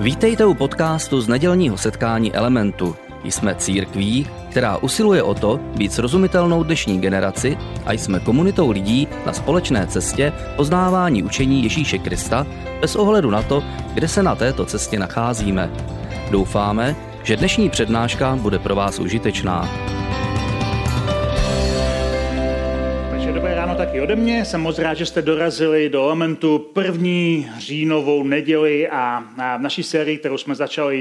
Vítejte u podcastu z nedělního setkání Elementu. Jsme církví, která usiluje o to být srozumitelnou dnešní generaci a jsme komunitou lidí na společné cestě poznávání učení Ježíše Krista bez ohledu na to, kde se na této cestě nacházíme. Doufáme, že dnešní přednáška bude pro vás užitečná. Takže dobré ráno taky ode mě. Jsem moc rád, že jste dorazili do Elementu první říjnovou neděli a v naší sérii, kterou jsme začali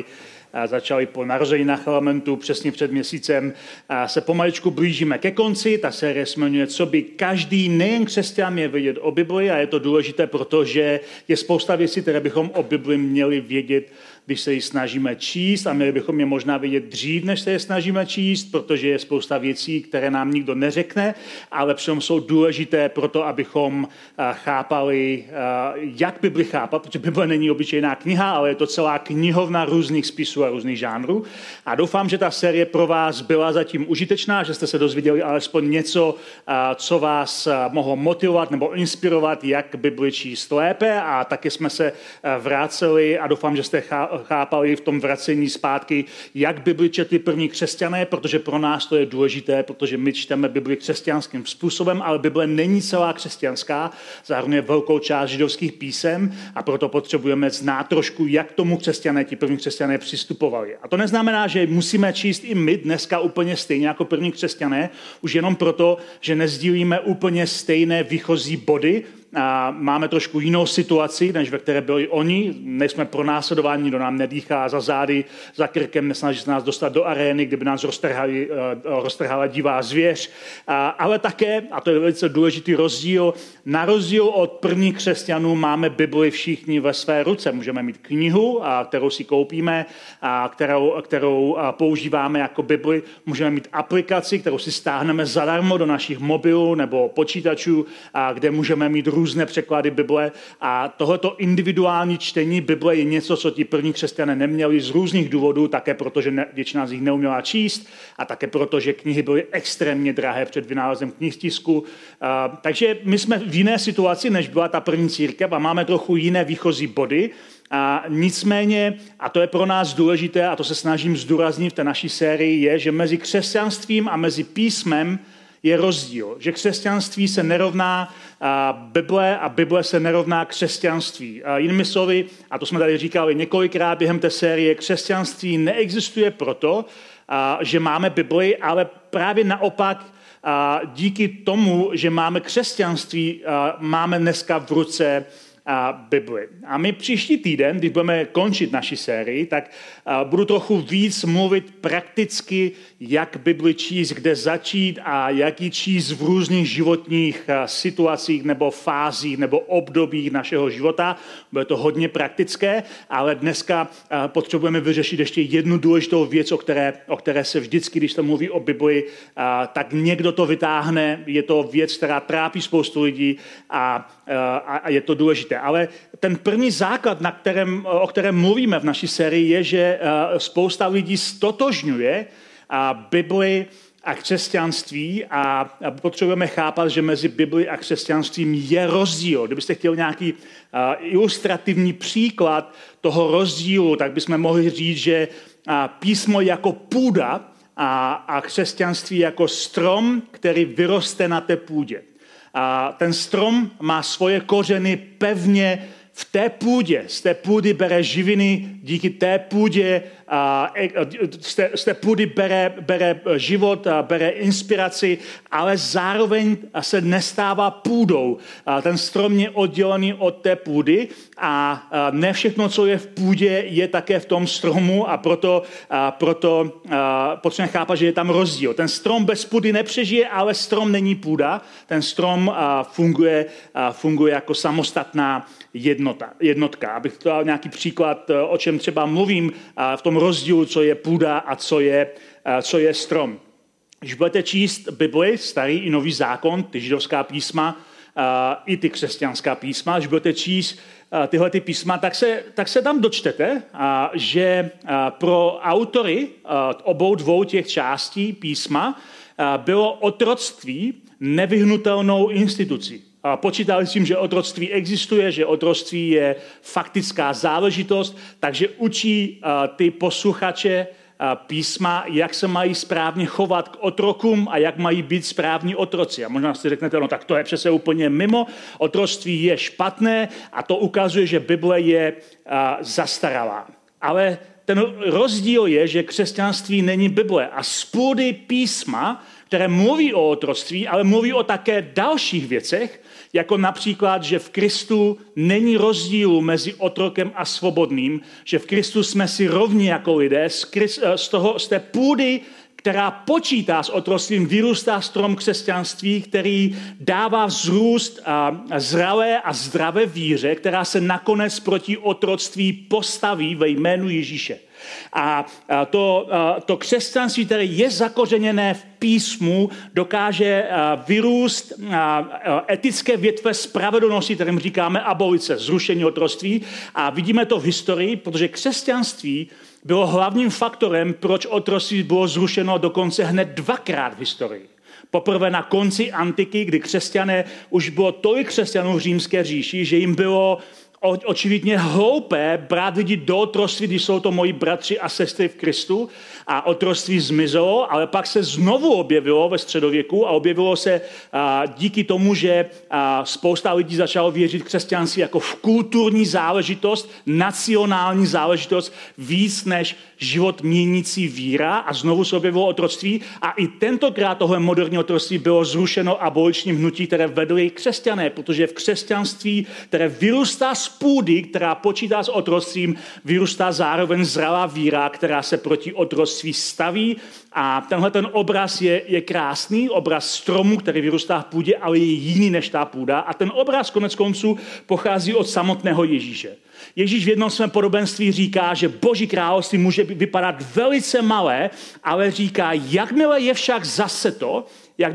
po narozeninách Elementu přesně před měsícem, se pomaličku blížíme ke konci. Ta série se jmenuje Co by každý, nejen křesťan, měl vědět o Bibli, a je to důležité, protože je spousta věcí, které bychom o Bibli měli vědět, když se ji snažíme číst, a měli bychom je možná vědět dřív, než se je snažíme číst, protože je spousta věcí, které nám nikdo neřekne, ale přitom jsou důležité pro to, abychom chápali, jak Bibli chápat, protože Bible není obyčejná kniha, ale je to celá knihovna různých spisů a různých žánrů. A doufám, že ta série pro vás byla zatím užitečná, že jste se dozvěděli alespoň něco, co vás mohlo motivovat nebo inspirovat, jak Bibli číst lépe, a taky jsme se vraceli a doufám, že jste chápali v tom vracení zpátky, jak Bibli četli první křesťané, protože pro nás to je důležité, protože my čteme Bibli křesťanským způsobem, ale Bible není celá křesťanská, zahrnuje velkou část židovských písem, a proto potřebujeme znát trošku, jak tomu ti první křesťané přistupovali. A to neznamená, že musíme číst i my dneska úplně stejně jako první křesťané, už jenom proto, že nezdílíme úplně stejné výchozí body. A máme trošku jinou situaci, než ve které byli oni. Nejsme pronásledováni, nikdo nám nedýchá za zády, za krkem, nesnaží se nás dostat do arény, kde by nás roztrhala divá zvěř. Ale také, a to je velice důležitý rozdíl, na rozdíl od prvních křesťanů máme Bibli všichni ve své ruce. Můžeme mít knihu, kterou si koupíme, kterou používáme jako Bibli. Můžeme mít aplikaci, kterou si stáhneme zadarmo do našich mobilů nebo počítačů, kde můžeme mít různé překlady Bible, a tohleto individuální čtení Bible je něco, co ti první křesťané neměli z různých důvodů, také protože většina z nich neuměla číst, a také proto, že knihy byly extrémně drahé před vynálezem knihtisku. Takže my jsme v jiné situaci, než byla ta první církev, a máme trochu jiné výchozí body. Nicméně, a to je pro nás důležité, a to se snažím zdůraznit v té naší sérii, je, že mezi křesťanstvím a mezi písmem je rozdíl, že křesťanství se nerovná Bible a Bible se nerovná křesťanství. Jinými slovy, a to jsme tady říkali několikrát během té série, křesťanství neexistuje proto, že máme Bibli, ale právě naopak díky tomu, že máme křesťanství, máme dneska v ruce Bibli. A my příští týden, když budeme končit naši sérii, tak budu trochu víc mluvit prakticky, jak Bibli číst, kde začít a jak ji číst v různých životních situacích nebo fázích nebo obdobích našeho života. Bude to hodně praktické, ale dneska potřebujeme vyřešit ještě jednu důležitou věc, o které se vždycky, když se mluví o Bibli, tak někdo to vytáhne. Je to věc, která trápí spoustu lidí a je to důležité. Ale ten první základ, o kterém mluvíme v naší sérii, je, že spousta lidí stotožňuje Bibli a křesťanství, a potřebujeme chápat, že mezi Bibli a křesťanstvím je rozdíl. Kdybyste chtěli nějaký ilustrativní příklad toho rozdílu, tak bychom mohli říct, že písmo jako půda a křesťanství jako strom, který vyroste na té půdě. A ten strom má svoje kořeny pevně v té půdě. Z té půdy bere živiny, díky té půdě z té půdy bere život, bere inspiraci, ale zároveň se nestává půdou. Ten strom je oddělený od té půdy a ne všechno, co je v půdě, je také v tom stromu, a proto potřebujeme chápat, že je tam rozdíl. Ten strom bez půdy nepřežije, ale strom není půda. Ten strom funguje jako samostatná jednotka. Abych to dal nějaký příklad, o čem třeba mluvím v tom rozdílu, co je půda a co je strom. Když budete číst Bibli, starý i nový zákon, ty židovská písma, i ty křesťanská písma, když budete číst tyhle ty písma, tak se tam dočtete, že pro autory obou dvou těch částí písma bylo otroctví nevyhnutelnou institucí. počítali s tím, že otroctví existuje, že otroctví je faktická záležitost, takže učí ty posluchače písma, jak se mají správně chovat k otrokům a jak mají být správní otroci. A možná si řeknete, no tak to je přece úplně mimo, otroctví je špatné a to ukazuje, že Bible je zastaralá. Ale ten rozdíl je, že křesťanství není Bible a z půdy písma, které mluví o otroctví, ale mluví o také dalších věcech, jako například, že v Kristu není rozdílu mezi otrokem a svobodným, že v Kristu jsme si rovni jako lidé, z té půdy, která počítá s otroctvím, vyrůstá strom křesťanství, který dává vzrůst zralé a zdravé víře, která se nakonec proti otroctví postaví ve jménu Ježíše. A to křesťanství, které je zakořeněné v písmu, dokáže vyrůst etické větve spravedlnosti, kterým říkáme abolice, zrušení otroctví. A vidíme to v historii, protože křesťanství bylo hlavním faktorem, proč otroctví bylo zrušeno dokonce hned dvakrát v historii. Poprvé na konci antiky, kdy už bylo tolik křesťanů v římské říši, že jim bylo očividně hloupé brát lidi do otroctví, když jsou to moji bratři a sestry v Kristu, a otroctví zmizelo, ale pak se znovu objevilo ve středověku a objevilo se díky tomu, že spousta lidí začalo věřit křesťanství jako v kulturní záležitost, nacionální záležitost, víc než život měnící víra, a znovu se objevilo otroctví a i tentokrát tohle moderní otroctví bylo zrušeno aboličním hnutí, které vedly křesťané, protože v křesťanství, které vyrůstá z půdy, která počítá s otroctvím, vyrůstá zároveň zralá víra, která se proti otroctví staví. A tenhle ten obraz je krásný, obraz stromu, který vyrůstá v půdě, ale je jiný než ta půda. A ten obraz konec konců pochází od samotného Ježíše. Ježíš v jednom svém podobenství říká, že Boží království může vypadat velice malé, ale říká, jakmile je však zaseto,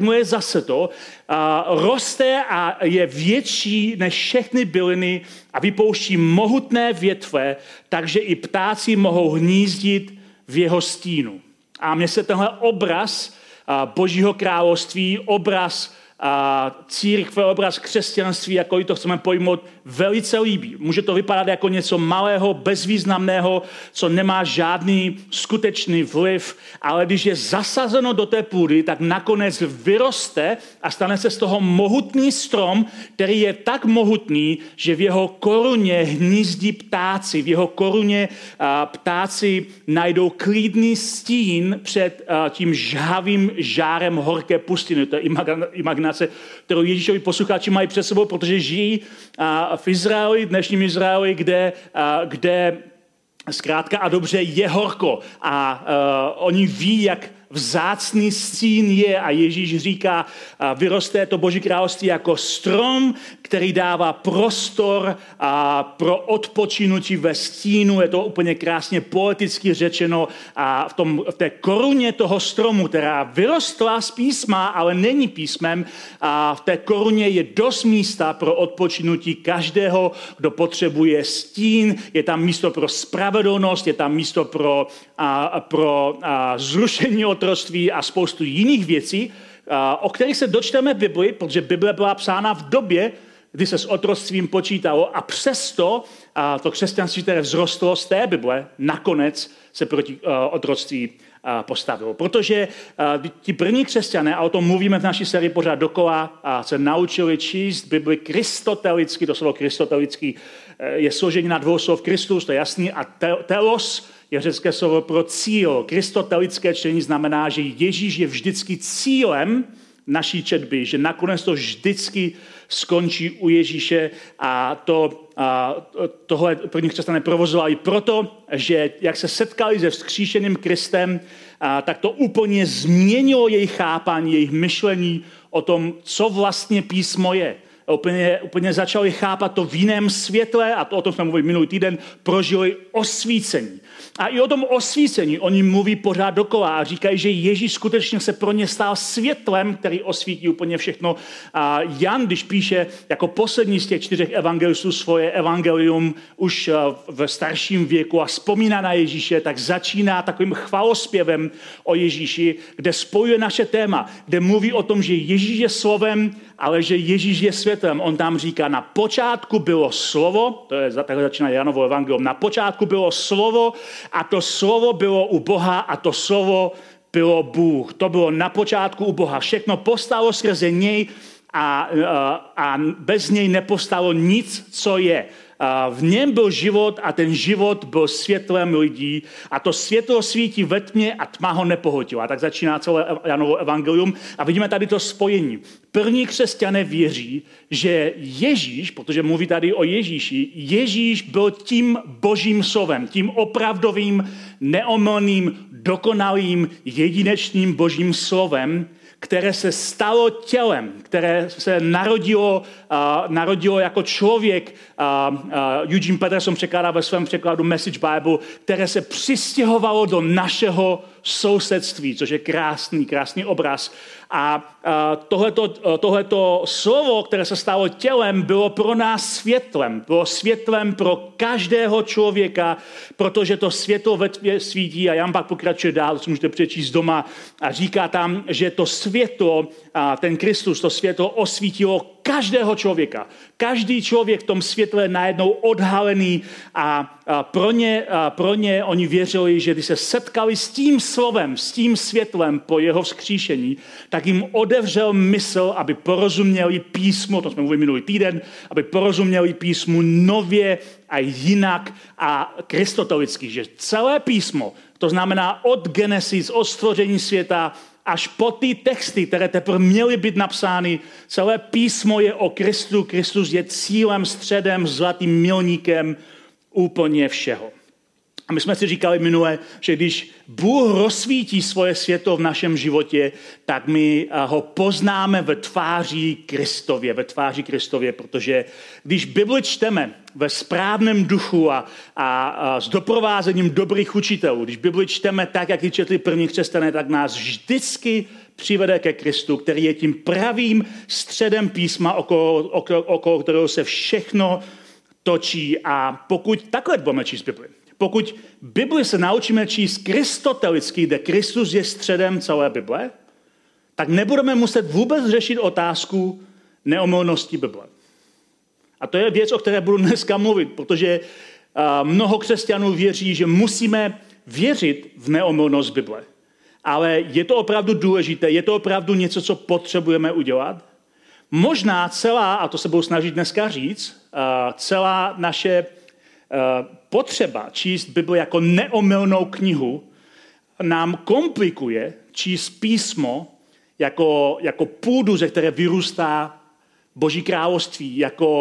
roste a je větší než všechny byliny a vypouští mohutné větve, takže i ptáci mohou hnízdit v jeho stínu. A mně se tenhle obraz Božího království, obraz církve, obraz křesťanství, jako to chceme pojmout, velice líbí. Může to vypadat jako něco malého, bezvýznamného, co nemá žádný skutečný vliv, ale když je zasazeno do té půdy, tak nakonec vyroste a stane se z toho mohutný strom, který je tak mohutný, že v jeho koruně hnízdí ptáci. V jeho koruně ptáci najdou klidný stín před tím žhavým žárem horké pustiny. To je imaginace, kterou Ježíšovi posluchači mají před sebou, protože žijí v Izraeli, dnešním Izraeli, kde zkrátka a dobře je horko. A oni ví, jak vzácný stín je, a Ježíš říká, vyroste to Boží království jako strom, který dává prostor pro odpočinutí ve stínu. Je to úplně krásně poeticky řečeno. A v té koruně toho stromu, která vyrostla z písma, ale není písmem, a v té koruně je dost místa pro odpočinutí každého, kdo potřebuje stín. Je tam místo pro spravedlnost, je tam místo pro zrušení otroctví a spoustu jiných věcí, o kterých se dočteme v Bibli, protože Bible byla psána v době, kdy se s otroctvím počítalo, a přesto to křesťanství, které vzrostlo z té Bible, nakonec se proti otroctví postavilo. Protože ti první křesťané, a o tom mluvíme v naší sérii pořád dokola, se naučili číst Bibli kristotelicky, to slovo kristotelický je složení na dvou slov Kristus, to je jasný, a telos je řecké slovo pro cíl. Kristotelické čtení znamená, že Ježíš je vždycky cílem naší četby, že nakonec to vždycky skončí u Ježíše, a tohle první křesťané provozovali proto, že jak se setkali se vzkříšeným Kristem, tak to úplně změnilo jejich chápání, jejich myšlení o tom, co vlastně písmo je. Úplně začali chápat to v jiném světle, a o tom jsme mluvili minulý týden, prožili osvícení. A i o tom osvícení oni mluví pořád dokola a říkají, že Ježíš skutečně se pro ně stal světlem, který osvítí úplně všechno. A Jan, když píše jako poslední z těch 4 evangelistů svoje evangelium už v starším věku a vzpomíná na Ježíše, tak začíná takovým chvalospěvem o Ježíši, kde spojuje naše téma, kde mluví o tom, že Ježíš je slovem ale že Ježíš je světlem. On tam říká, na počátku bylo slovo, to je takhle začíná Janovo evangelium, na počátku bylo slovo a to slovo bylo u Boha a to slovo bylo Bůh. To bylo na počátku u Boha. Všechno povstalo skrze něj a bez něj nepostalo nic, co je. V něm byl život a ten život byl světlem lidí a to světlo svítí ve tmě a tma ho nepohltila. Tak začíná celé Janovo evangelium a vidíme tady to spojení. První křesťané věří, že Ježíš, protože mluví tady o Ježíši, Ježíš byl tím božím slovem, tím opravdovým, neomylným, dokonalým, jedinečným božím slovem, které se stalo tělem, které se narodilo jako člověk. Eugene Peterson překládá ve svém překladu Message Bible, které se přistěhovalo do našeho sousedství, což je krásný obraz. A tohleto slovo, které se stalo tělem, bylo pro nás světlem. Bylo světlem pro každého člověka, protože to světlo ve tmě svítí. A Jan pak pokračuje dál, co můžete přečíst doma. A říká tam, že to světlo, ten Kristus, to světlo osvítilo každého člověka. Každý člověk v tom světle je najednou odhalený a pro ně oni věřili, že když se setkali s tím slovem, s tím světlem po jeho vzkříšení, tak jim otevřel mysl, aby porozuměli písmu, o tom jsme mluvili minulý týden, aby porozuměli písmu nově a jinak a kristotelicky, že celé písmo, to znamená od Genesis, od stvoření světa, až po ty texty, které teprve měly být napsány, celé písmo je o Kristu. Kristus je cílem, středem, zlatým milníkem úplně všeho. A my jsme si říkali minule, že když Bůh rozsvítí svoje světlo v našem životě, tak my ho poznáme ve tváři Kristově, protože když Bibli čteme ve správném duchu a s doprovázením dobrých učitelů, když Bibli čteme tak, jak ji četli první křesťané, tak nás vždycky přivede ke Kristu, který je tím pravým středem písma, okolo kterého se všechno točí. A pokud takhle budeme číst Bibli, pokud Bibli se naučíme číst kristotelicky, kde Kristus je středem celé Bible, tak nebudeme muset vůbec řešit otázku neomylnosti Bible. A to je věc, o které budu dneska mluvit, protože mnoho křesťanů věří, že musíme věřit v neomylnost Bible. Ale je to opravdu důležité, je to opravdu něco, co potřebujeme udělat? Možná celá, a to se budu snažit dneska říct, celá naše potřeba číst Bibli jako neomylnou knihu nám komplikuje číst písmo jako půdu, ze které vyrůstá Boží království,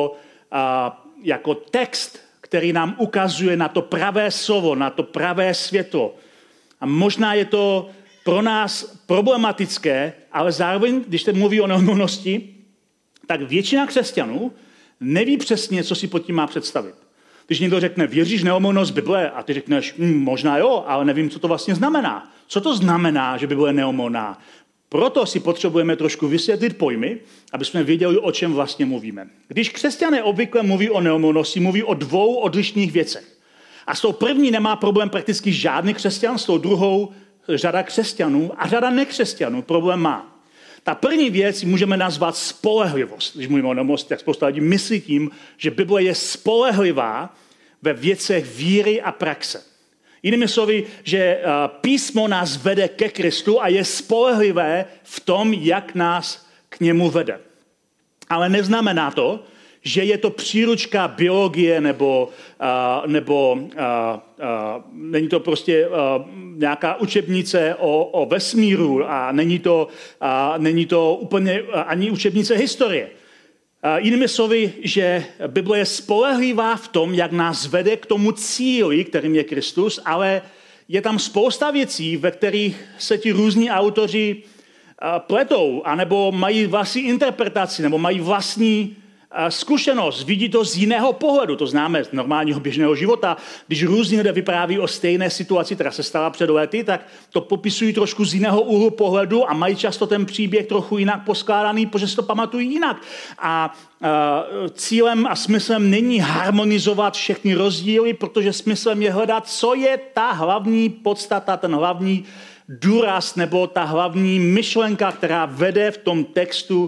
jako text, který nám ukazuje na to pravé slovo, na to pravé světlo. A možná je to pro nás problematické, ale zároveň, když se mluví o neomylnosti, tak většina křesťanů neví přesně, co si pod tím má představit. Když někdo řekne, věříš neomylnost Bible? A ty řekneš, možná jo, ale nevím, co to vlastně znamená. Co to znamená, že Bible je neomylná? Proto si potřebujeme trošku vysvětlit pojmy, aby jsme věděli, o čem vlastně mluvíme. Když křesťané obvykle mluví o neomylnosti, mluví o dvou odlišných věcech. A s tou první nemá problém prakticky žádný křesťan, s tou druhou řada křesťanů a řada nekřesťanů problém má. Ta první věc můžeme nazvat spolehlivost. Když mluvíme o neomylnosti, tak spousta lidí myslí tím, že Bible je spolehlivá ve věcech víry a praxe. Jinými slovy, že písmo nás vede ke Kristu a je spolehlivé v tom, jak nás k němu vede. Ale neznamená to, že je to příručka biologie nebo není to prostě nějaká učebnice o vesmíru a není to úplně ani učebnice historie. Jinými slovy, že Bible je spolehlivá v tom, jak nás vede k tomu cíli, kterým je Kristus, ale je tam spousta věcí, ve kterých se ti různí autoři pletou, anebo mají vlastní interpretaci, nebo mají vlastní zkušenost, vidí to z jiného pohledu, to známe z normálního běžného života. Když různí lidé vypráví o stejné situaci, která se stala před lety, tak to popisují trošku z jiného úhlu pohledu a mají často ten příběh trochu jinak poskládaný, protože si to pamatují jinak. A cílem a smyslem není harmonizovat všechny rozdíly, protože smyslem je hledat, co je ta hlavní podstata, ten hlavní důraz nebo ta hlavní myšlenka, která vede v tom textu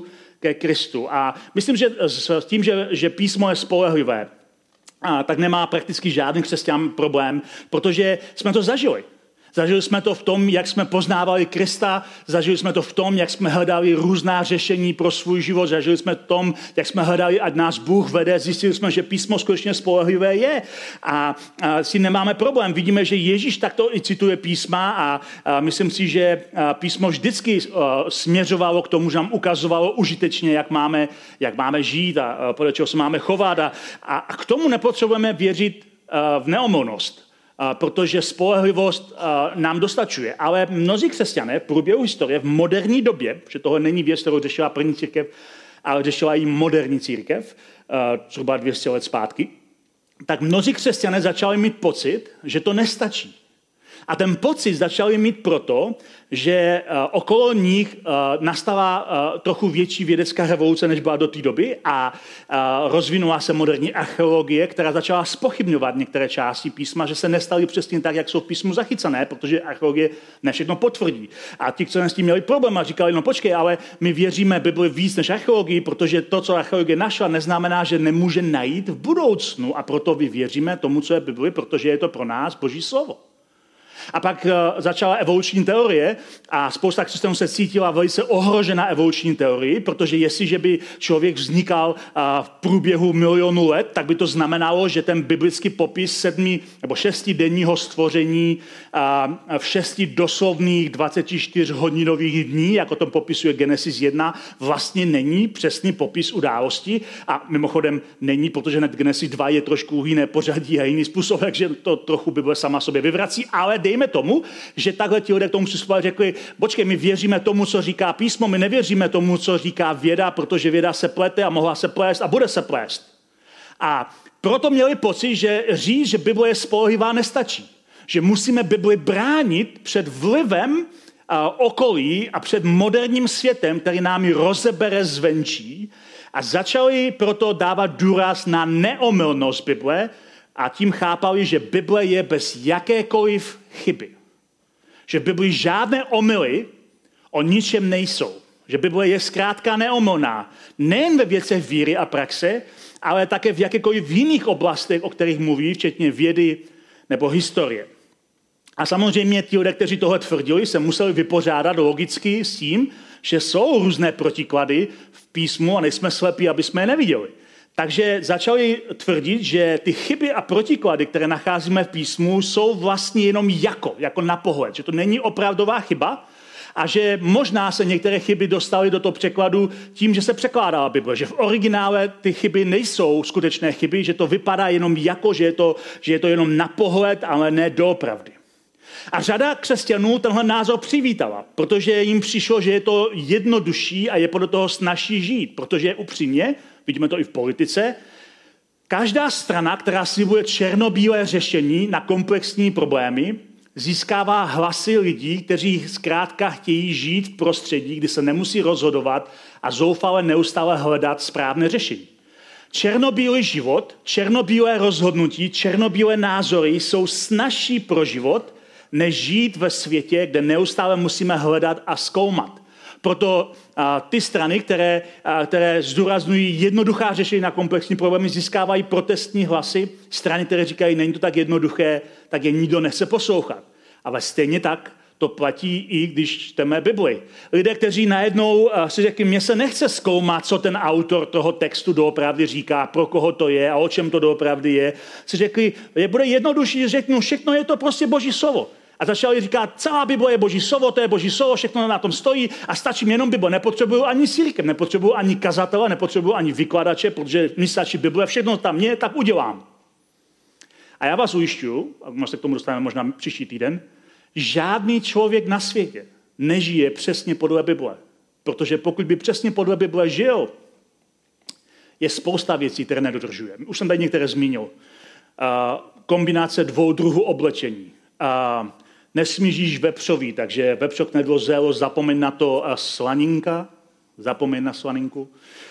ke Kristu. A myslím, že s tím, že písmo je spolehlivé, tak nemá prakticky žádný křesťan problém, protože jsme to zažili. Zažili jsme to v tom, jak jsme poznávali Krista, zažili jsme to v tom, jak jsme hledali různá řešení pro svůj život, zažili jsme v tom, jak jsme hledali, ať nás Bůh vede, zjistili jsme, že písmo skutečně spolehlivé je a si nemáme problém. Vidíme, že Ježíš takto i cituje písma a myslím si, že písmo vždycky směřovalo k tomu, že nám ukazovalo užitečně, jak máme žít a podle čeho se máme chovat a k tomu nepotřebujeme věřit v neomylnost. Protože spolehlivost nám dostačuje. Ale mnozí křesťané v průběhu historie, v moderní době, že tohle není věc, kterou řešila první církev, ale řešila i moderní církev, zhruba 200 let zpátky, tak mnozí křesťané začali mít pocit, že to nestačí. A ten pocit začali mít proto, že okolo nich nastala trochu větší vědecká revoluce, než byla do té doby a rozvinula se moderní archeologie, která začala zpochybňovat některé části písma, že se nestaly přesně tak, jak jsou v písmu zachycené, protože archeologie ne všechno potvrdí. A ti, kteří s tím měli problém a říkali, no počkej, ale my věříme Bibli víc než archeologii, protože to, co archeologie našla, neznamená, že nemůže najít v budoucnu a proto věříme tomu, co je v Bibli, protože je to pro nás Boží slovo. A pak začala evoluční teorie a spousta křesťanů se cítila velice ohrožena evoluční teorií, protože jestliže by člověk vznikal v průběhu milionů let, tak by to znamenalo, že ten biblický popis 7 nebo 6denního stvoření v 6 doslovných 24hodinových dní, jako to popisuje Genesis 1, vlastně není přesný popis události. A mimochodem není, protože hned Genesis 2 je trošku jiné pořadí a jiný způsob, takže to trochu Bible sama sobě vyvrací, ale dejme tomu, že takhle ti lidé k tomu přistupovali, řekli, počkej, my věříme tomu, co říká písmo, my nevěříme tomu, co říká věda, protože věda se plete a mohla se plést a bude se plést. A proto měli pocit, že říct, že Bible je spolehlivá, nestačí. Že musíme Bibli bránit před vlivem okolí a před moderním světem, který nám ji rozebere zvenčí a začali proto dávat důraz na neomylnost Bible a tím chápali, že Bible je bez jakékoliv chyby. Že v Bibli žádné omyly o ničem nejsou. Že Bible je zkrátka neomylná. Nejen ve věcech víry a praxe, ale také v jakékoliv jiných oblastech, o kterých mluví, včetně vědy nebo historie. A samozřejmě ti lidé, kteří tohle tvrdili, se museli vypořádat logicky s tím, že jsou různé protiklady v písmu a nejsme slepí, aby jsme je neviděli. Takže začali tvrdit, že ty chyby a protiklady, které nacházíme v písmu, jsou vlastně jenom jako na pohled. Že to není opravdová chyba a že možná se některé chyby dostaly do toho překladu tím, že se překládala Bible. Že v originále ty chyby nejsou skutečné chyby, že to vypadá jenom jako, že je to jenom na pohled, ale ne doopravdy. A řada křesťanů tenhle názor přivítala, protože jim přišlo, že je to jednodušší a je podle toho snazší žít, protože upřímně, vidíme to i v politice, každá strana, která slibuje černobílé řešení na komplexní problémy, získává hlasy lidí, kteří zkrátka chtějí žít v prostředí, kdy se nemusí rozhodovat a zoufale neustále hledat správné řešení. Černobílý život, černobílé rozhodnutí, černobílé názory jsou snazší pro život, než žít ve světě, kde neustále musíme hledat a zkoumat. Proto ty strany, které zdůrazňují jednoduchá řešení na komplexní problémy, získávají protestní hlasy. Strany, které říkají, není to tak jednoduché, tak je nikdo nechce poslouchat. Ale stejně tak to platí i když čteme Bibli. Lidé, kteří najednou si řekli, mně se nechce zkoumat, co ten autor toho textu doopravdy říká, pro koho to je a o čem to doopravdy je, si řekli, bude jednodušší, že řeknu, všechno je to prostě Boží slovo. A začali říkat, celá Bible je Boží slovo, to je Boží slovo, všechno na tom stojí a stačí mi jenom Bible. Nepotřebuju ani církev, nepotřebuju ani kazatele, nepotřebuju ani vykladače, protože mi stačí Bible, všechno tam je, tak udělám. A já vás ujišťuju, a my se k tomu dostaneme možná příští týden, žádný člověk na světě nežije přesně podle Bible. Protože pokud by přesně podle Bible žil, je spousta věcí, které nedodržuje. Už jsem tady některé zmínil. Kombinace 2 druhů oblečení. Nesmíš jíst vepřový, takže vepřok nedozřelo, zapomeň na to slaninka, zapomeň na slaninku.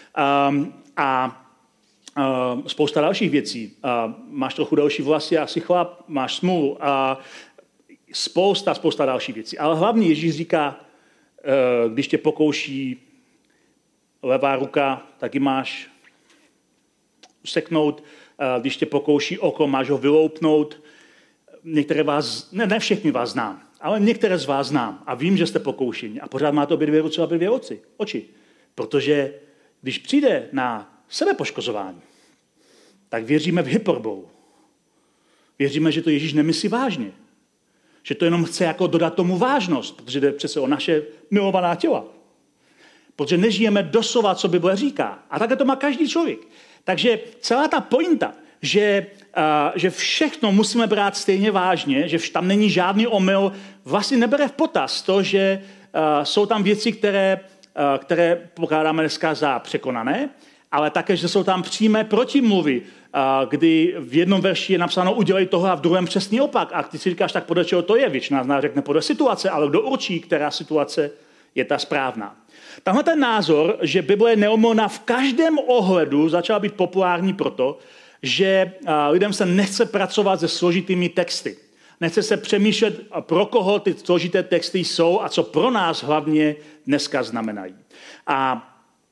Spousta dalších věcí. Máš trochu další vlasy, asi chlap, máš smůlu. Spousta dalších věcí. Ale hlavně Ježíš říká, když tě pokouší, levá ruka, taky máš useknout, když tě pokouší oko, máš ho vyloupnout. Některé vás, ne všechny vás znám, ale některé z vás znám a vím, že jste pokoušení a pořád máte obě dvě ruce a obě dvě oči. Protože když přijde na sebepoškozování, tak věříme v hyperbolu. Věříme, že to Ježíš nemyslí vážně. Že to jenom chce jako dodat tomu vážnost, protože jde přece o naše milovaná těla. Protože nežijeme doslova, co Bible říká. A takhle to má každý člověk. Takže celá ta pointa, že všechno musíme brát stejně vážně, že tam není žádný omyl, vlastně nebere v potaz to, že jsou tam věci, které pokládáme dneska za překonané, ale také, že jsou tam přímé protimluvy, kdy v jednom verši je napsáno udělej toho a v druhém přesný opak. A ty si říkáš, tak podle čeho to je? Většina z nás řekne podle situace, ale kdo určí, která situace je ta správná. Tahle ten názor, že Bible je neomylná v každém ohledu, začal být populární proto, že lidem se nechce pracovat se složitými texty. Nechce se přemýšlet, pro koho ty složité texty jsou a co pro nás hlavně dneska znamenají. A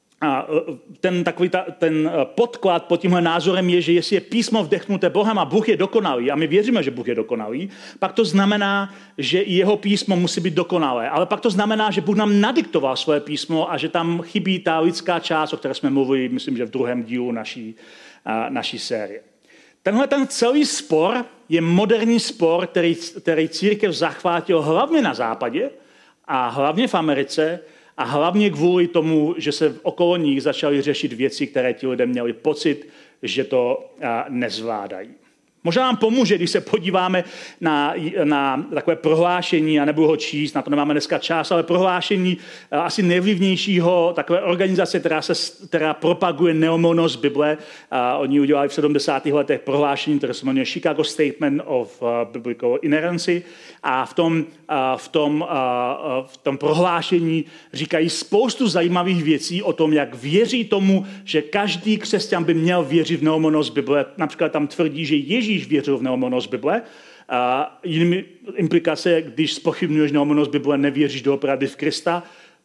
ten podklad pod tímhle názorem je, že jestli je písmo vdechnuté Bohem a Bůh je dokonalý, a my věříme, že Bůh je dokonalý, pak to znamená, že i jeho písmo musí být dokonalé. Ale pak to znamená, že Bůh nám nadiktoval svoje písmo a že tam chybí ta lidská část, o které jsme mluvili, myslím, že v druhém dílu naší série. Tenhle ten celý spor je moderní spor, který církev zachvátil hlavně na západě a hlavně v Americe, a hlavně kvůli tomu, že se okolo nich začaly řešit věci, které ti lidé měli pocit, že to nezvládají. Možná nám pomůže, když se podíváme na takové prohlášení, a nebudu ho číst, na to nemáme dneska čas, ale prohlášení asi nejvlivnějšího takové organizace, která propaguje neomylnost Bible. Oni udělali v 70. letech prohlášení, které se jmenuje Chicago Statement of Biblical Inerrancy. A v tom prohlášení říkají spoustu zajímavých věcí o tom, jak věří tomu, že každý křesťan by měl věřit v neomylnost Bible. Například tam tvrdí, že Ježíš věřil v neomylnost Bible. Jinými implikace, když zpochybňuješ neomylnost Bible, nevěříš doopravdy v Krista.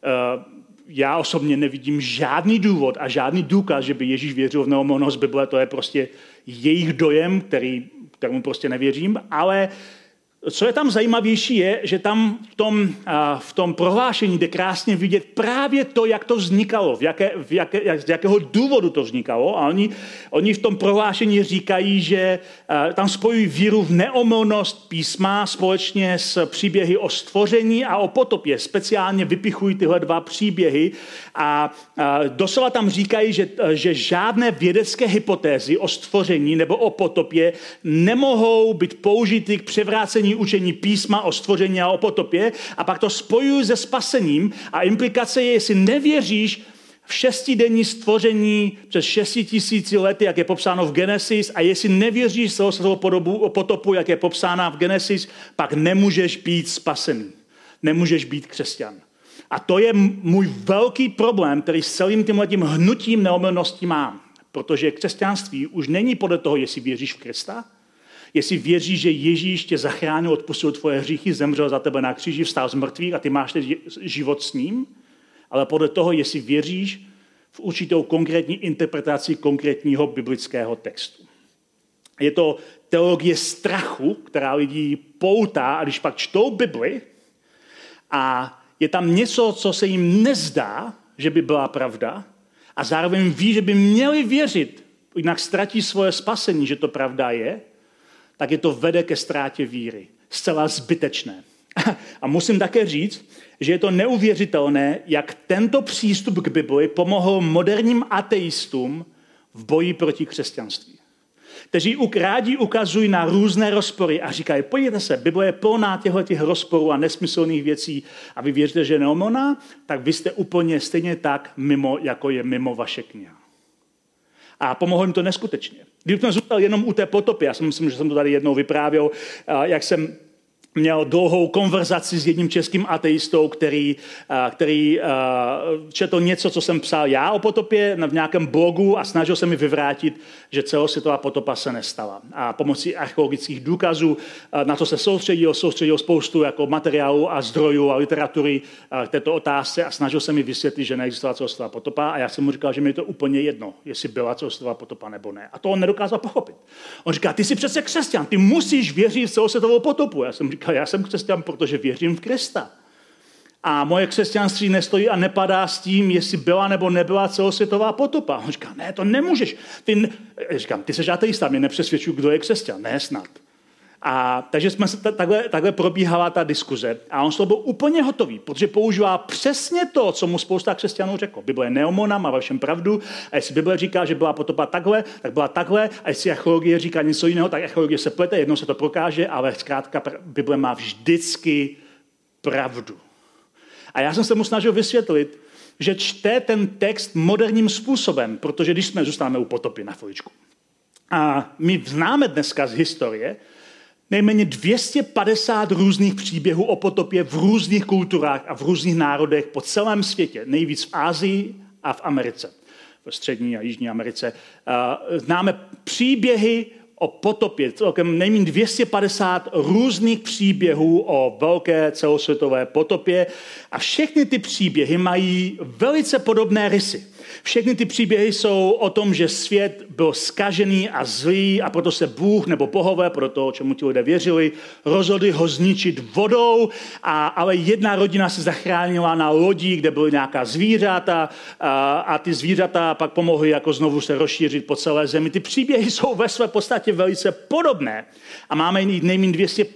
Já osobně nevidím žádný důvod a žádný důkaz, že by Ježíš věřil v neomylnost Bible. To je prostě jejich dojem, kterému prostě nevěřím, ale co je tam zajímavější je, že tam v tom prohlášení jde krásně vidět právě to, jak to vznikalo, z jakého důvodu to vznikalo. A oni v tom prohlášení říkají, že tam spojují víru v neomylnost písma společně s příběhy o stvoření a o potopě. Speciálně vypichují tyhle dva příběhy a doslova tam říkají, že žádné vědecké hypotézy o stvoření nebo o potopě nemohou být použity k převrácení učení písma o stvoření a o potopě a pak to spojují se spasením a implikace je, jestli nevěříš v šestidenní stvoření přes 6 000 lety, jak je popsáno v Genesis, a jestli nevěříš v celosvětovou podobu o potopu, jak je popsána v Genesis, pak nemůžeš být spasený. Nemůžeš být křesťan. A to je můj velký problém, který s celým tímhletím hnutím neomylností mám. Protože křesťanství už není podle toho, jestli věříš v Krista, jestli věříš, že Ježíš tě zachránil, odpustil tvoje hříchy, zemřel za tebe na kříži, vstal z mrtvých a ty máš teď život s ním, ale podle toho, jestli věříš v určitou konkrétní interpretaci konkrétního biblického textu. Je to teologie strachu, která lidi poutá, a když pak čtou Bibli a je tam něco, co se jim nezdá, že by byla pravda, a zároveň ví, že by měli věřit, jinak ztratí svoje spasení, že to pravda je, tak je to vede ke ztrátě víry. Zcela zbytečné. A musím také říct, že je to neuvěřitelné, jak tento přístup k Bibli pomohl moderním ateistům v boji proti křesťanství. Kteří rádi ukazují na různé rozpory a říkají, podívejte se, Bible je plná těchto rozporů a nesmyslných věcí a vy věříte, že je neomylná, tak vy jste úplně stejně tak mimo, jako je mimo vaše kniha. A pomohlo jim to neskutečně. Kdybych zůstal jenom u té potopy, já si myslím, že jsem to tady jednou vyprávěl, jak jsem měl dlouhou konverzaci s jedním českým ateistou, který četl něco, co jsem psal já o potopě v nějakém blogu a snažil se mi vyvrátit, že celosvětová potopa se nestala. A pomocí archeologických důkazů na to se soustředil spoustu jako materiálů a zdrojů a literatury k této otázce a snažil se mi vysvětlit, že neexistovala celosvětová potopa a já jsem mu říkal, že mi je to úplně jedno, jestli byla celosvětová potopa nebo ne. A to on nedokázal pochopit. On říká, ty jsi přece křesťan, ty musíš věřit v celosvětovou potopu. Já jsem říkal, já jsem křesťan, protože věřím v Krista. A moje křesťanství nestojí a nepadá s tím, jestli byla nebo nebyla celosvětová potopa. On říká, ne, to nemůžeš. Říkám, ty jsi ateista, mě nepřesvědčuji, kdo je křesťan. Ne, snad. A takže jsme se takhle probíhala ta diskuze. A on z toho byl úplně hotový, protože používá přesně to, co mu spousta křesťanů řeklo. Bible je neomona, má ve všem pravdu. A jestli Bible říká, že byla potopa takhle, tak byla takhle. A jestli archeologie říká něco jiného, tak archeologie se plete, jednou se to prokáže, ale zkrátka Bible má vždycky pravdu. A já jsem se mu snažil vysvětlit, že čte ten text moderním způsobem, protože když zůstáváme u potopy na chviličku. A my známe dneska z historie nejméně 250 různých příběhů o potopě v různých kulturách a v různých národech po celém světě. Nejvíc v Asii a v Americe, v střední a jižní Americe. Známe příběhy o potopě, celkem nejméně 250 různých příběhů o velké celosvětové potopě a všechny ty příběhy mají velice podobné rysy. Všechny ty příběhy jsou o tom, že svět byl zkažený a zlý a proto se Bůh nebo bohové, pro to, čemu ti lidé věřili, rozhodli ho zničit vodou, ale jedna rodina se zachránila na lodi, kde byly nějaká zvířata a ty zvířata pak pomohly jako znovu se rozšířit po celé zemi. Ty příběhy jsou ve své podstatě velice podobné a máme jich nejméně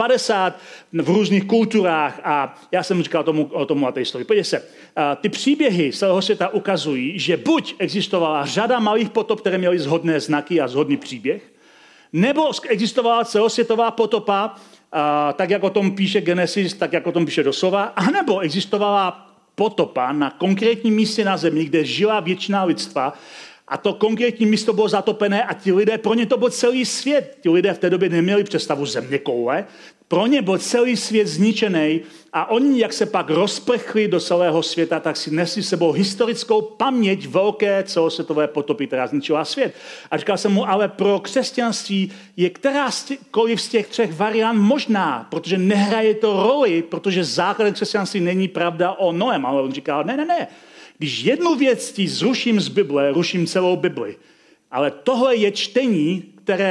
250 v různých kulturách a já jsem říkal o tomu ateistovi. Podívej se, ty příběhy z celého světa ukazují, že buď existovala řada malých potop, které měly shodné znaky a shodný příběh, nebo existovala celosvětová potopa, tak jak o tom píše Genesis, tak jak o tom píše doslova, anebo existovala potopa na konkrétním místě na zemi, kde žila většina lidstva a to konkrétní místo bylo zatopené a ti lidé, pro ně to byl celý svět. Ti lidé v té době neměli představu zeměkoule, pro ně byl celý svět zničený a oni, jak se pak rozprchli do celého světa, tak si nesli sebou historickou paměť velké celosvětové potopy, která zničila svět. A říkal jsem mu, ale pro křesťanství je kterákoliv z těch třech variant možná, protože nehraje to roli, protože základem křesťanství není pravda o Noém. Ale on říkal, ne. Když jednu věc ti zruším z Bible, ruším celou Bibli. Ale tohle je čtení,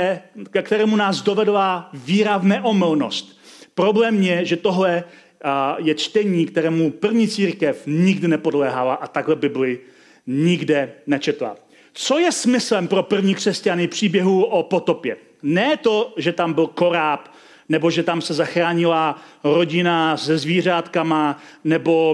ke kterému nás dovedla víra v neomylnost. Problém je, že tohle je čtení, kterému první církev nikdy nepodléhala a takhle Bibli nikde nečetla. Co je smyslem pro první křesťany příběhu o potopě? Ne to, že tam byl koráb, nebo že tam se zachránila rodina se zvířátkama, nebo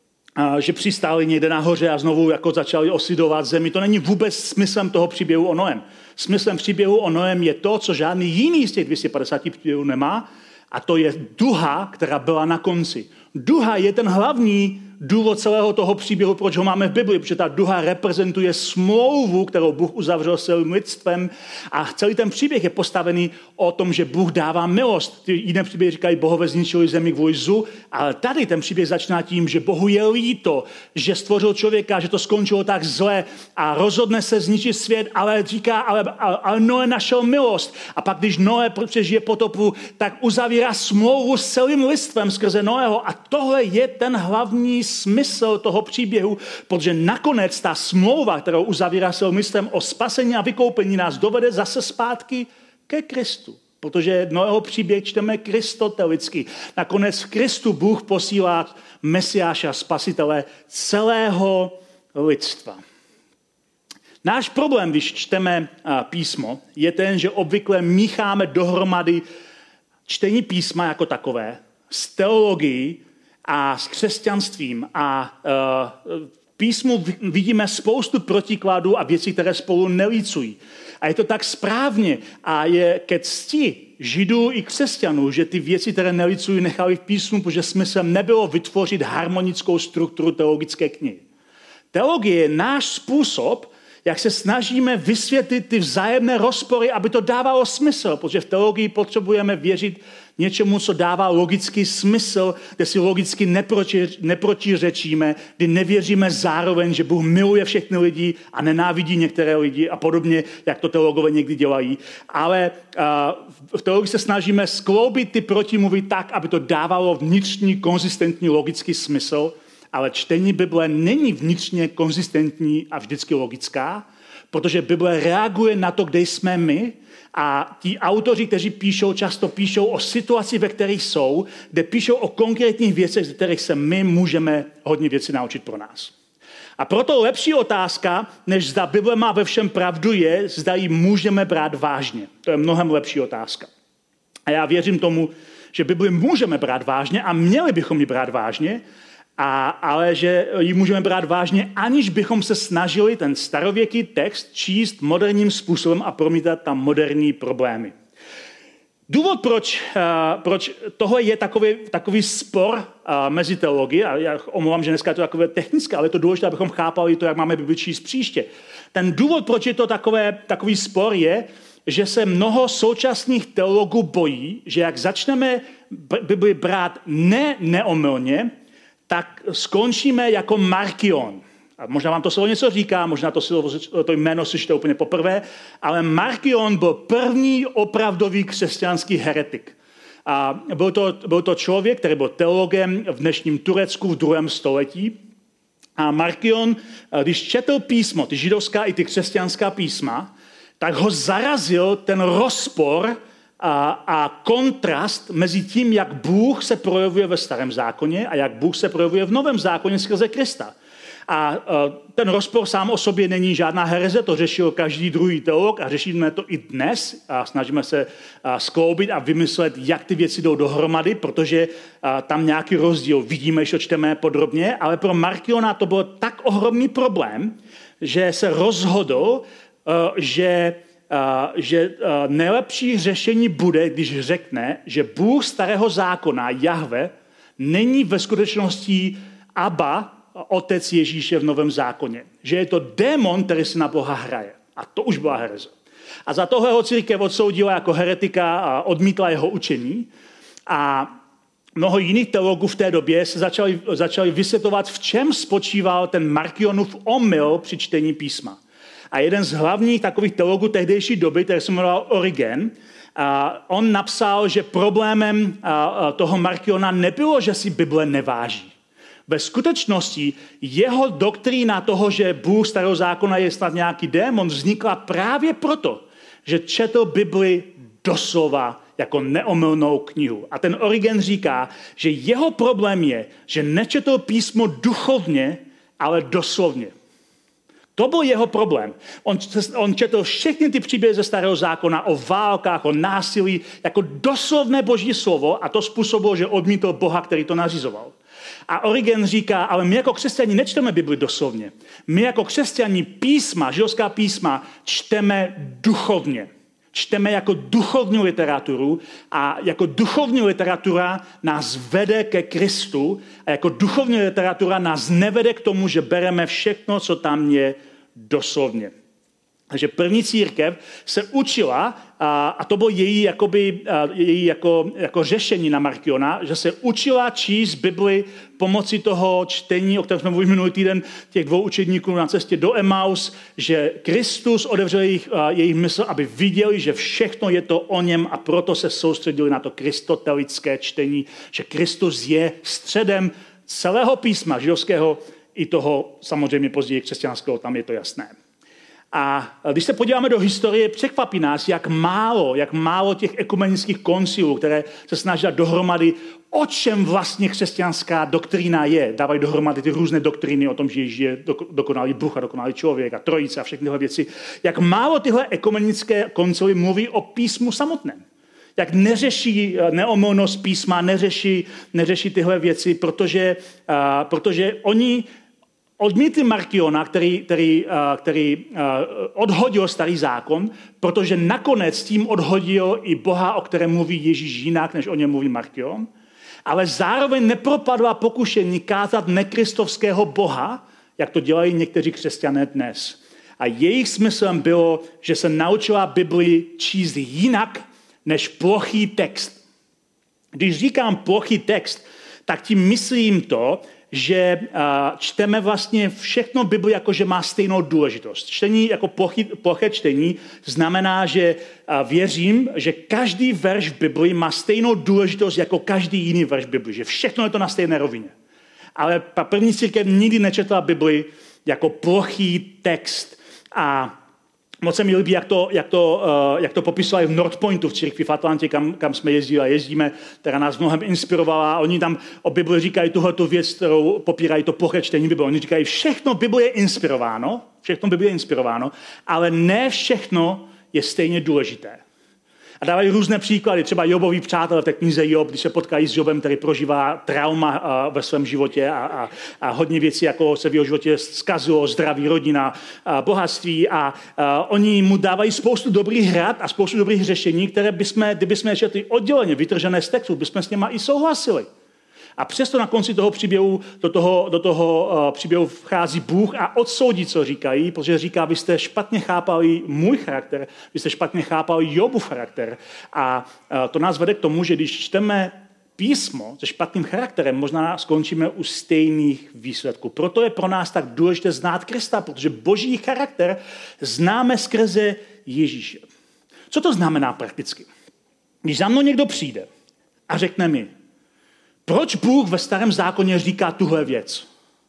že přistáli někde nahoře a znovu jako začali osidovat zemi. To není vůbec smyslem toho příběhu o Noém. Smyslem příběhu o Noém je to, co žádný jiný z těch 250 příběhů nemá, a to je duha, která byla na konci. Duha je ten hlavní důvod celého toho příběhu, proč ho máme v Bibli, protože ta duha reprezentuje smlouvu, kterou Bůh uzavřel s celým lidstvem a celý ten příběh je postavený o tom, že Bůh dává milost. Ty jiné příběhy říkají, bohové zničili zemi kvůli zlu, ale tady ten příběh začíná tím, že Bohu je líto, že stvořil člověka, že to skončilo tak zle a rozhodne se zničit svět, ale říká, ale Noé našel milost. A pak, když Noé přežije potopu, tak uzavírá smlouvu s celým lidstvem skrze Noého. A tohle je ten hlavní smysl toho příběhu, protože nakonec ta smlouva, kterou uzavírá s lidstvem o spasení a vykoupení, nás dovede zase zpátky ke Kristu. Protože Noého příběh čteme kristotelicky. Nakonec v Kristu Bůh posílá Mesiáše a Spasitele celého lidstva. Náš problém, když čteme písmo, je ten, že obvykle mícháme dohromady čtení písma jako takové s teologií a s křesťanstvím. A v písmu vidíme spoustu protikladů a věcí, které spolu nelícují. A je to tak správně a je ke cti Židů i křesťanů, že ty věci, které nelícují, nechali v písmu, protože smyslem nebylo vytvořit harmonickou strukturu teologické knihy. Teologie je náš způsob, Jak se snažíme vysvětlit ty vzájemné rozpory, aby to dávalo smysl, protože v teologii potřebujeme věřit něčemu, co dává logický smysl, kde si logicky neprotiřečíme, kdy nevěříme zároveň, že Bůh miluje všechny lidi a nenávidí některé lidi a podobně, jak to teologové někdy dělají. Ale v teologii se snažíme skloubit ty protimluvy tak, aby to dávalo vnitřní, konzistentní, logický smysl, ale čtení Bible není vnitřně konzistentní a vždycky logická, protože Bible reaguje na to, kde jsme my, a ti autoři, kteří píšou, často píšou o situaci, ve kterých jsou, kde píšou o konkrétních věcech, z kterých se my můžeme hodně věcí naučit pro nás. A proto lepší otázka, než zda Bible má ve všem pravdu, je, zda ji můžeme brát vážně. To je mnohem lepší otázka. A já věřím tomu, že Bibli můžeme brát vážně a měli bychom ji brát vážně, ale že ji můžeme brát vážně, aniž bychom se snažili ten starověký text číst moderním způsobem a promítat tam moderní problémy. Důvod, proč tohle je takový spor mezi teologií, a já omlouvám, že dneska je to takové technické, ale je to důležité, abychom chápali to, jak máme Bibli číst příště. Ten důvod, proč je to takový spor, je, že se mnoho současných teologů bojí, že jak začneme Bibli brát neomylně, tak skončíme jako Markion. A možná vám to slovo něco říká, možná to jméno slyšíte úplně poprvé, ale Markion byl první opravdový křesťanský heretik. A byl to člověk, který byl teologem v dnešním Turecku v 2. století. A Markion, když četl písmo, ty židovská i ty křesťanská písma, tak ho zarazil ten rozpor a kontrast mezi tím, jak Bůh se projevuje ve Starém zákoně a jak Bůh se projevuje v Novém zákoně skrze Krista. A ten rozpor sám o sobě není žádná hereze, to řešil každý druhý teolog a řešíme to i dnes a snažíme se skloubit a vymyslet, jak ty věci jdou dohromady, protože tam nějaký rozdíl vidíme, když to čteme podrobně, ale pro Markiona to byl tak ohromný problém, že se rozhodl, že nejlepší řešení bude, když řekne, že Bůh Starého zákona, Jahve, není ve skutečnosti Abba, otec Ježíše v Novém zákoně. Že je to démon, který si na Boha hraje. A to už byla hereze. A za tohle ho církev odsoudila jako heretika a odmítla jeho učení. A mnoho jiných teologů v té době se začali vysvětlovat, v čem spočíval ten Markionův omyl při čtení písma. A jeden z hlavních takových teologů tehdejší doby, který se jmenoval Origen, on napsal, že problémem toho Markiona nebylo, že si Bible neváží. Ve skutečnosti jeho doktrína toho, že Bůh Starého zákona je snad nějaký démon, vznikla právě proto, že četl Bibli doslova jako neomylnou knihu. A ten Origen říká, že jeho problém je, že nečetl písmo duchovně, ale doslovně. To byl jeho problém. On četl všechny ty příběhy ze Starého zákona o válkách, o násilí, jako doslovné boží slovo a to způsobilo, že odmítl Boha, který to nařizoval. A Origen říká, ale my jako křesťani nečteme Bibli doslovně. My jako křesťani písma, židovská písma, čteme duchovně. Čteme jako duchovní literaturu a jako duchovní literatura nás vede ke Kristu a jako duchovní literatura nás nevede k tomu, že bereme všechno, co tam je doslovně. Takže první církev se učila, a to bylo její jako řešení na Markiona, že se učila číst Bibli pomocí toho čtení, o kterém jsme mluvili minulý týden, těch 2 učedníků na cestě do Emaus, že Kristus otevřel jejich mysl, aby viděli, že všechno je to o něm a proto se soustředili na to kristotelické čtení, že Kristus je středem celého písma židovského i toho samozřejmě později křesťanského, tam je to jasné. A když se podíváme do historie, překvapí nás, jak málo těch ekumenických koncilů, které se snaží dát dohromady, o čem vlastně křesťanská doktrína je. Dávají dohromady ty různé doktríny o tom, že Ježíš je dokonalý Bůh a dokonalý člověk a trojice a všechny tyhle věci. Jak málo tyhle ekumenické koncily mluví o písmu samotném. Jak neřeší neomylnost písma, neřeší tyhle věci, protože oni odmítli Markiona, který odhodil Starý zákon, protože nakonec tím odhodil i Boha, o kterém mluví Ježíš jinak, než o něm mluví Markion, ale zároveň nepropadla pokušení kázat nekristovského Boha, jak to dělají někteří křesťané dnes. A jejich smyslem bylo, že se naučila Biblii číst jinak než plochý text. Když říkám plochý text, tak tím myslím to, že čteme vlastně všechno Bibli, jako že má stejnou důležitost. Čtení jako ploché čtení znamená, že věřím, že každý verš v Bibli má stejnou důležitost jako každý jiný verš v Bibli, že všechno je to na stejné rovině. Ale první církev nikdy nečetla Bibli jako plochý text a moc se mi líbí, jak to popisovali v North Pointu v církvi v Atlantě, kam jsme jezdili a jezdíme, která nás mnohem inspirovala. Oni tam o Bibli říkají tuhletu věc, kterou popírají to ploché čtení Bible. Oni říkají, všechno Bible je inspirováno, ale ne všechno je stejně důležité. A dávají různé příklady, třeba Jobový přátelé v té knize Job, když se potkají s Jobem, který prožívá trauma ve svém životě a hodně věcí, jako se v jeho životě zkazilo, zdraví, rodina, bohatství a oni mu dávají spoustu dobrých rad a spoustu dobrých řešení, které kdybychom četli odděleně, vytržené z textu, bychom s něma i souhlasili. A přesto na konci toho příběhu, do toho příběhu vchází Bůh a odsoudí, co říkají, protože říká, vy jste špatně chápali můj charakter, vy jste špatně chápali Jobův charakter. A to nás vede k tomu, že když čteme písmo se špatným charakterem, možná skončíme u stejných výsledků. Proto je pro nás tak důležité znát Krista, protože boží charakter známe skrze Ježíše. Co to znamená prakticky? Když za mnou někdo přijde a řekne mi, proč Bůh ve Starém zákoně říká tuhle věc?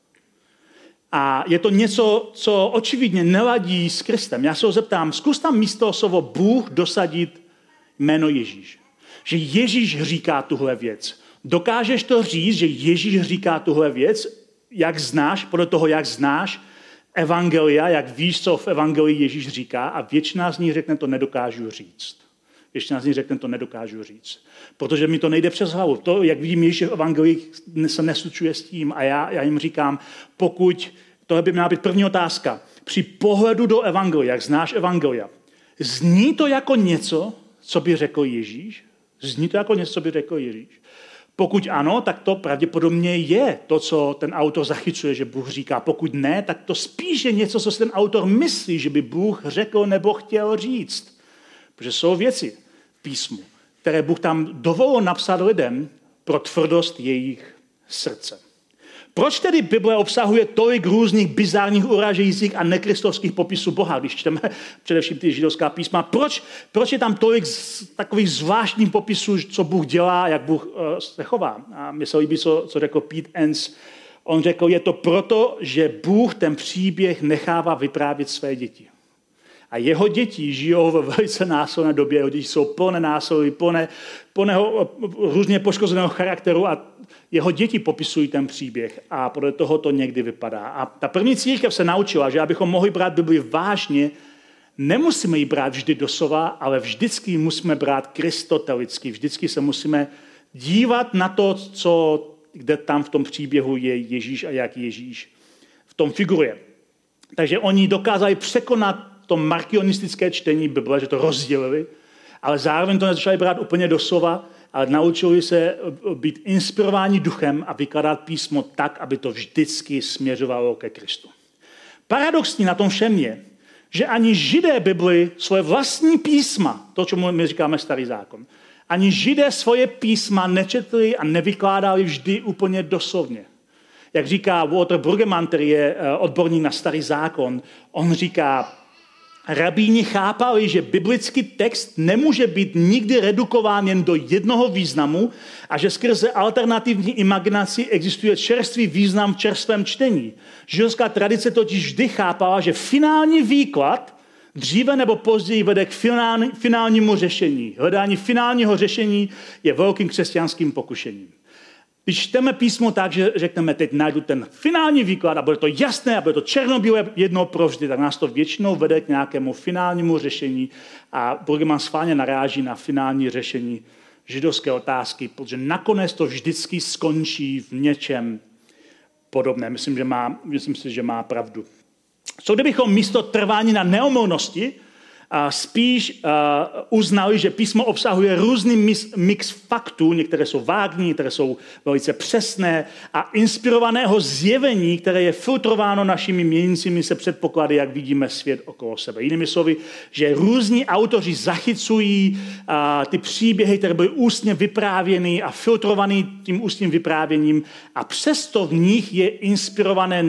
A je to něco, co očividně neladí s Kristem. Já se ho zeptám, zkus tam místo slovo Bůh dosadit jméno Ježíš. Že Ježíš říká tuhle věc. Dokážeš to říct, že Ježíš říká tuhle věc, jak znáš, podle toho, jak znáš evangelia, jak víš, co v evangelii Ježíš říká a většina z nich řekne, to nedokážu říct. Většina z nich řekne, to nedokážu říct. Protože mi to nejde přes hlavu. To, jak vidím Ježíš v evangelii, se neslučuje s tím. A já jim říkám, tohle by měla být první otázka. Při pohledu do evangelia, jak znáš evangelia, zní to jako něco, co by řekl Ježíš? Zní to jako něco, co by řekl Ježíš? Pokud ano, tak to pravděpodobně je to, co ten autor zachycuje, že Bůh říká. Pokud ne, tak to spíš je něco, co si ten autor myslí, že by Bůh řekl nebo chtěl říct. Protože jsou věci v písmu, které Bůh tam dovolil napsat lidem pro tvrdost jejich srdce. Proč tedy Bible obsahuje tolik různých bizárních, uražejících a nekristovských popisů Boha, když čteme především ty židovská písma? Proč je tam tolik takových zvláštních popisů, co Bůh dělá, jak Bůh se chová? A mi se líbí, co řekl Pete Enns. On řekl, je to proto, že Bůh ten příběh nechává vyprávět své děti. A jeho děti žijou ve velice násilné době, jeho děti jsou plné násilí, plného různě poškozeného charakteru a jeho děti popisují ten příběh a podle toho to někdy vypadá. A ta první církev se naučila, že abychom mohli brát Bibli vážně, nemusíme ji brát vždy doslova, ale vždycky musíme brát kristotelicky. Vždycky se musíme dívat na to, kde tam v tom příběhu je Ježíš a jak Ježíš v tom figuruje. Takže oni dokázali překonat to markionistické čtení Bible, že to rozdělili, ale zároveň to nezačali brát úplně doslova, ale naučili se být inspirováni duchem a vykládat písmo tak, aby to vždycky směřovalo ke Kristu. Paradoxní na tom všem je, že ani Židé Bibli svoje vlastní písma, to, čemu my říkáme Starý zákon, ani Židé svoje písma nečetli a nevykládali vždy úplně doslovně. Jak říká Walter Brueggemann, který je odborník na Starý zákon, on říká, rabíni chápali, že biblický text nemůže být nikdy redukován jen do jednoho významu a že skrze alternativní imaginaci existuje čerstvý význam v čerstvém čtení. Židovská tradice totiž vždy chápala, že finální výklad dříve nebo později vede k finálnímu řešení. Hledání finálního řešení je velkým křesťanským pokušením. Když čteme písmo tak, že řekneme, teď najdu ten finální výklad a bude to jasné a bude to černobílé jednou provždy, tak nás to většinou vede k nějakému finálnímu řešení a Brueggemann schválně naráží na finální řešení židovské otázky, protože nakonec to vždycky skončí v něčem podobné. Myslím si, že má pravdu. Co kdybychom místo trvání na neomylnosti spíš uznali, že písmo obsahuje různý mix faktů, některé jsou vágní, některé jsou velice přesné a inspirovaného zjevení, které je filtrováno našimi měnícími se předpoklady, jak vidíme svět okolo sebe. Jinými slovy, že různí autoři zachycují ty příběhy, které byly ústně vyprávěny a filtrovaný tím ústním vyprávěním a přesto v nich je inspirovaná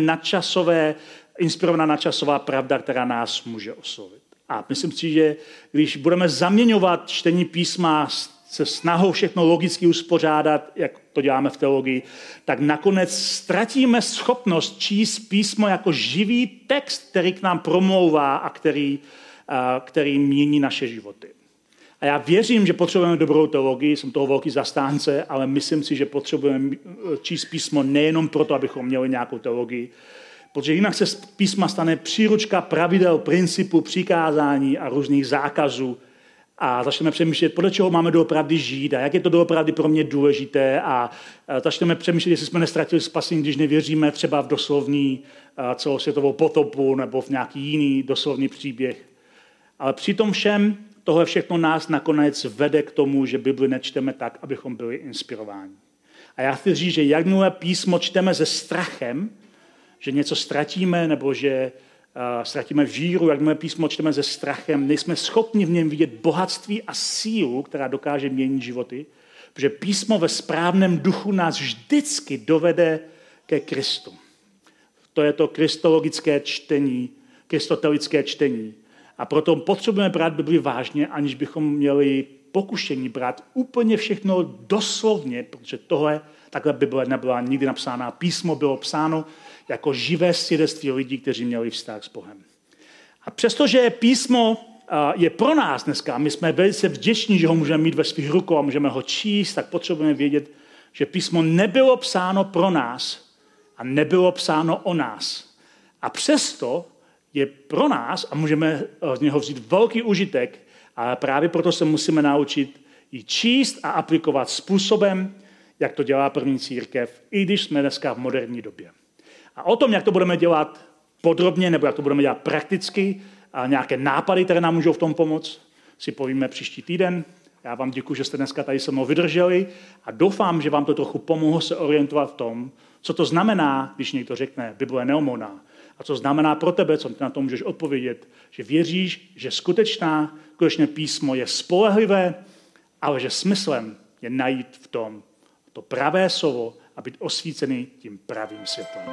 nadčasová pravda, která nás může oslovit. A myslím si, že když budeme zaměňovat čtení písma se snahou všechno logicky uspořádat, jak to děláme v teologii, tak nakonec ztratíme schopnost číst písmo jako živý text, který k nám promlouvá a který mění naše životy. A já věřím, že potřebujeme dobrou teologii, jsem toho velký zastánce, ale myslím si, že potřebujeme číst písmo nejenom proto, abychom měli nějakou teologii, protože jinak se z písma stane příručka pravidel, principů, přikázání a různých zákazů a začneme přemýšlet, podle čeho máme doopravdy žít a jak je to doopravdy pro mě důležité a začneme přemýšlet, jestli jsme nestratili spasení, když nevěříme třeba v doslovní celosvětovou potopu nebo v nějaký jiný doslovný příběh. Ale přitom všem tohle všechno nás nakonec vede k tomu, že Bibli nečteme tak, abychom byli inspirováni. A já chci říct, že jakmile písmo čteme se strachem, že něco ztratíme, nebo že ztratíme víru, jakmile písmo čteme se strachem, nejsme schopni v něm vidět bohatství a sílu, která dokáže měnit životy, protože písmo ve správném duchu nás vždycky dovede ke Kristu. To je to kristologické čtení, kristotelické čtení. A proto potřebujeme brát Bibli vážně, aniž bychom měli pokušení brát úplně všechno doslovně, protože takhle Bible nebyla nikdy napsána. Písmo bylo psáno jako živé svědectví lidí, kteří měli vztah s Bohem. A přestože písmo je pro nás dneska, my jsme velice vděční, že ho můžeme mít ve svých rukou a můžeme ho číst, tak potřebujeme vědět, že písmo nebylo psáno pro nás a nebylo psáno o nás. A přesto je pro nás a můžeme z něho vzít velký užitek, ale právě proto se musíme naučit ji číst a aplikovat způsobem, jak to dělá první církev, i když jsme dneska v moderní době. A o tom, jak to budeme dělat podrobně, nebo jak to budeme dělat prakticky, a nějaké nápady, které nám můžou v tom pomoct, si povíme příští týden. Já vám děkuji, že jste dneska tady se mnou vydrželi a doufám, že vám to trochu pomohlo se orientovat v tom, co to znamená, když někdo řekne, Bible je neomylná. A co znamená pro tebe, co ty na to můžeš odpovědět, že věříš, že skutečné písmo je spolehlivé, ale že smyslem je najít v tom to pravé slovo a být osvícený tím pravým světlem.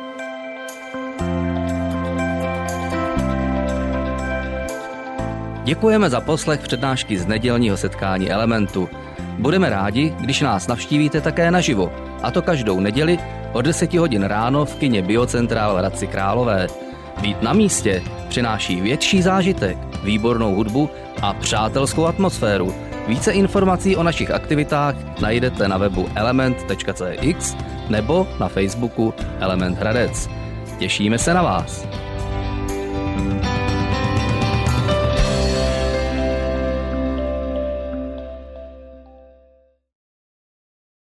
Děkujeme za poslech přednášky z nedělního setkání Elementu. Budeme rádi, když nás navštívíte také naživo, a to každou neděli od 10 hodin ráno v kině Biocentrál v Hradci Králové. Být na místě přináší větší zážitek, výbornou hudbu a přátelskou atmosféru. Více informací o našich aktivitách najdete na webu element.cx nebo na Facebooku Element Hradec. Těšíme se na vás.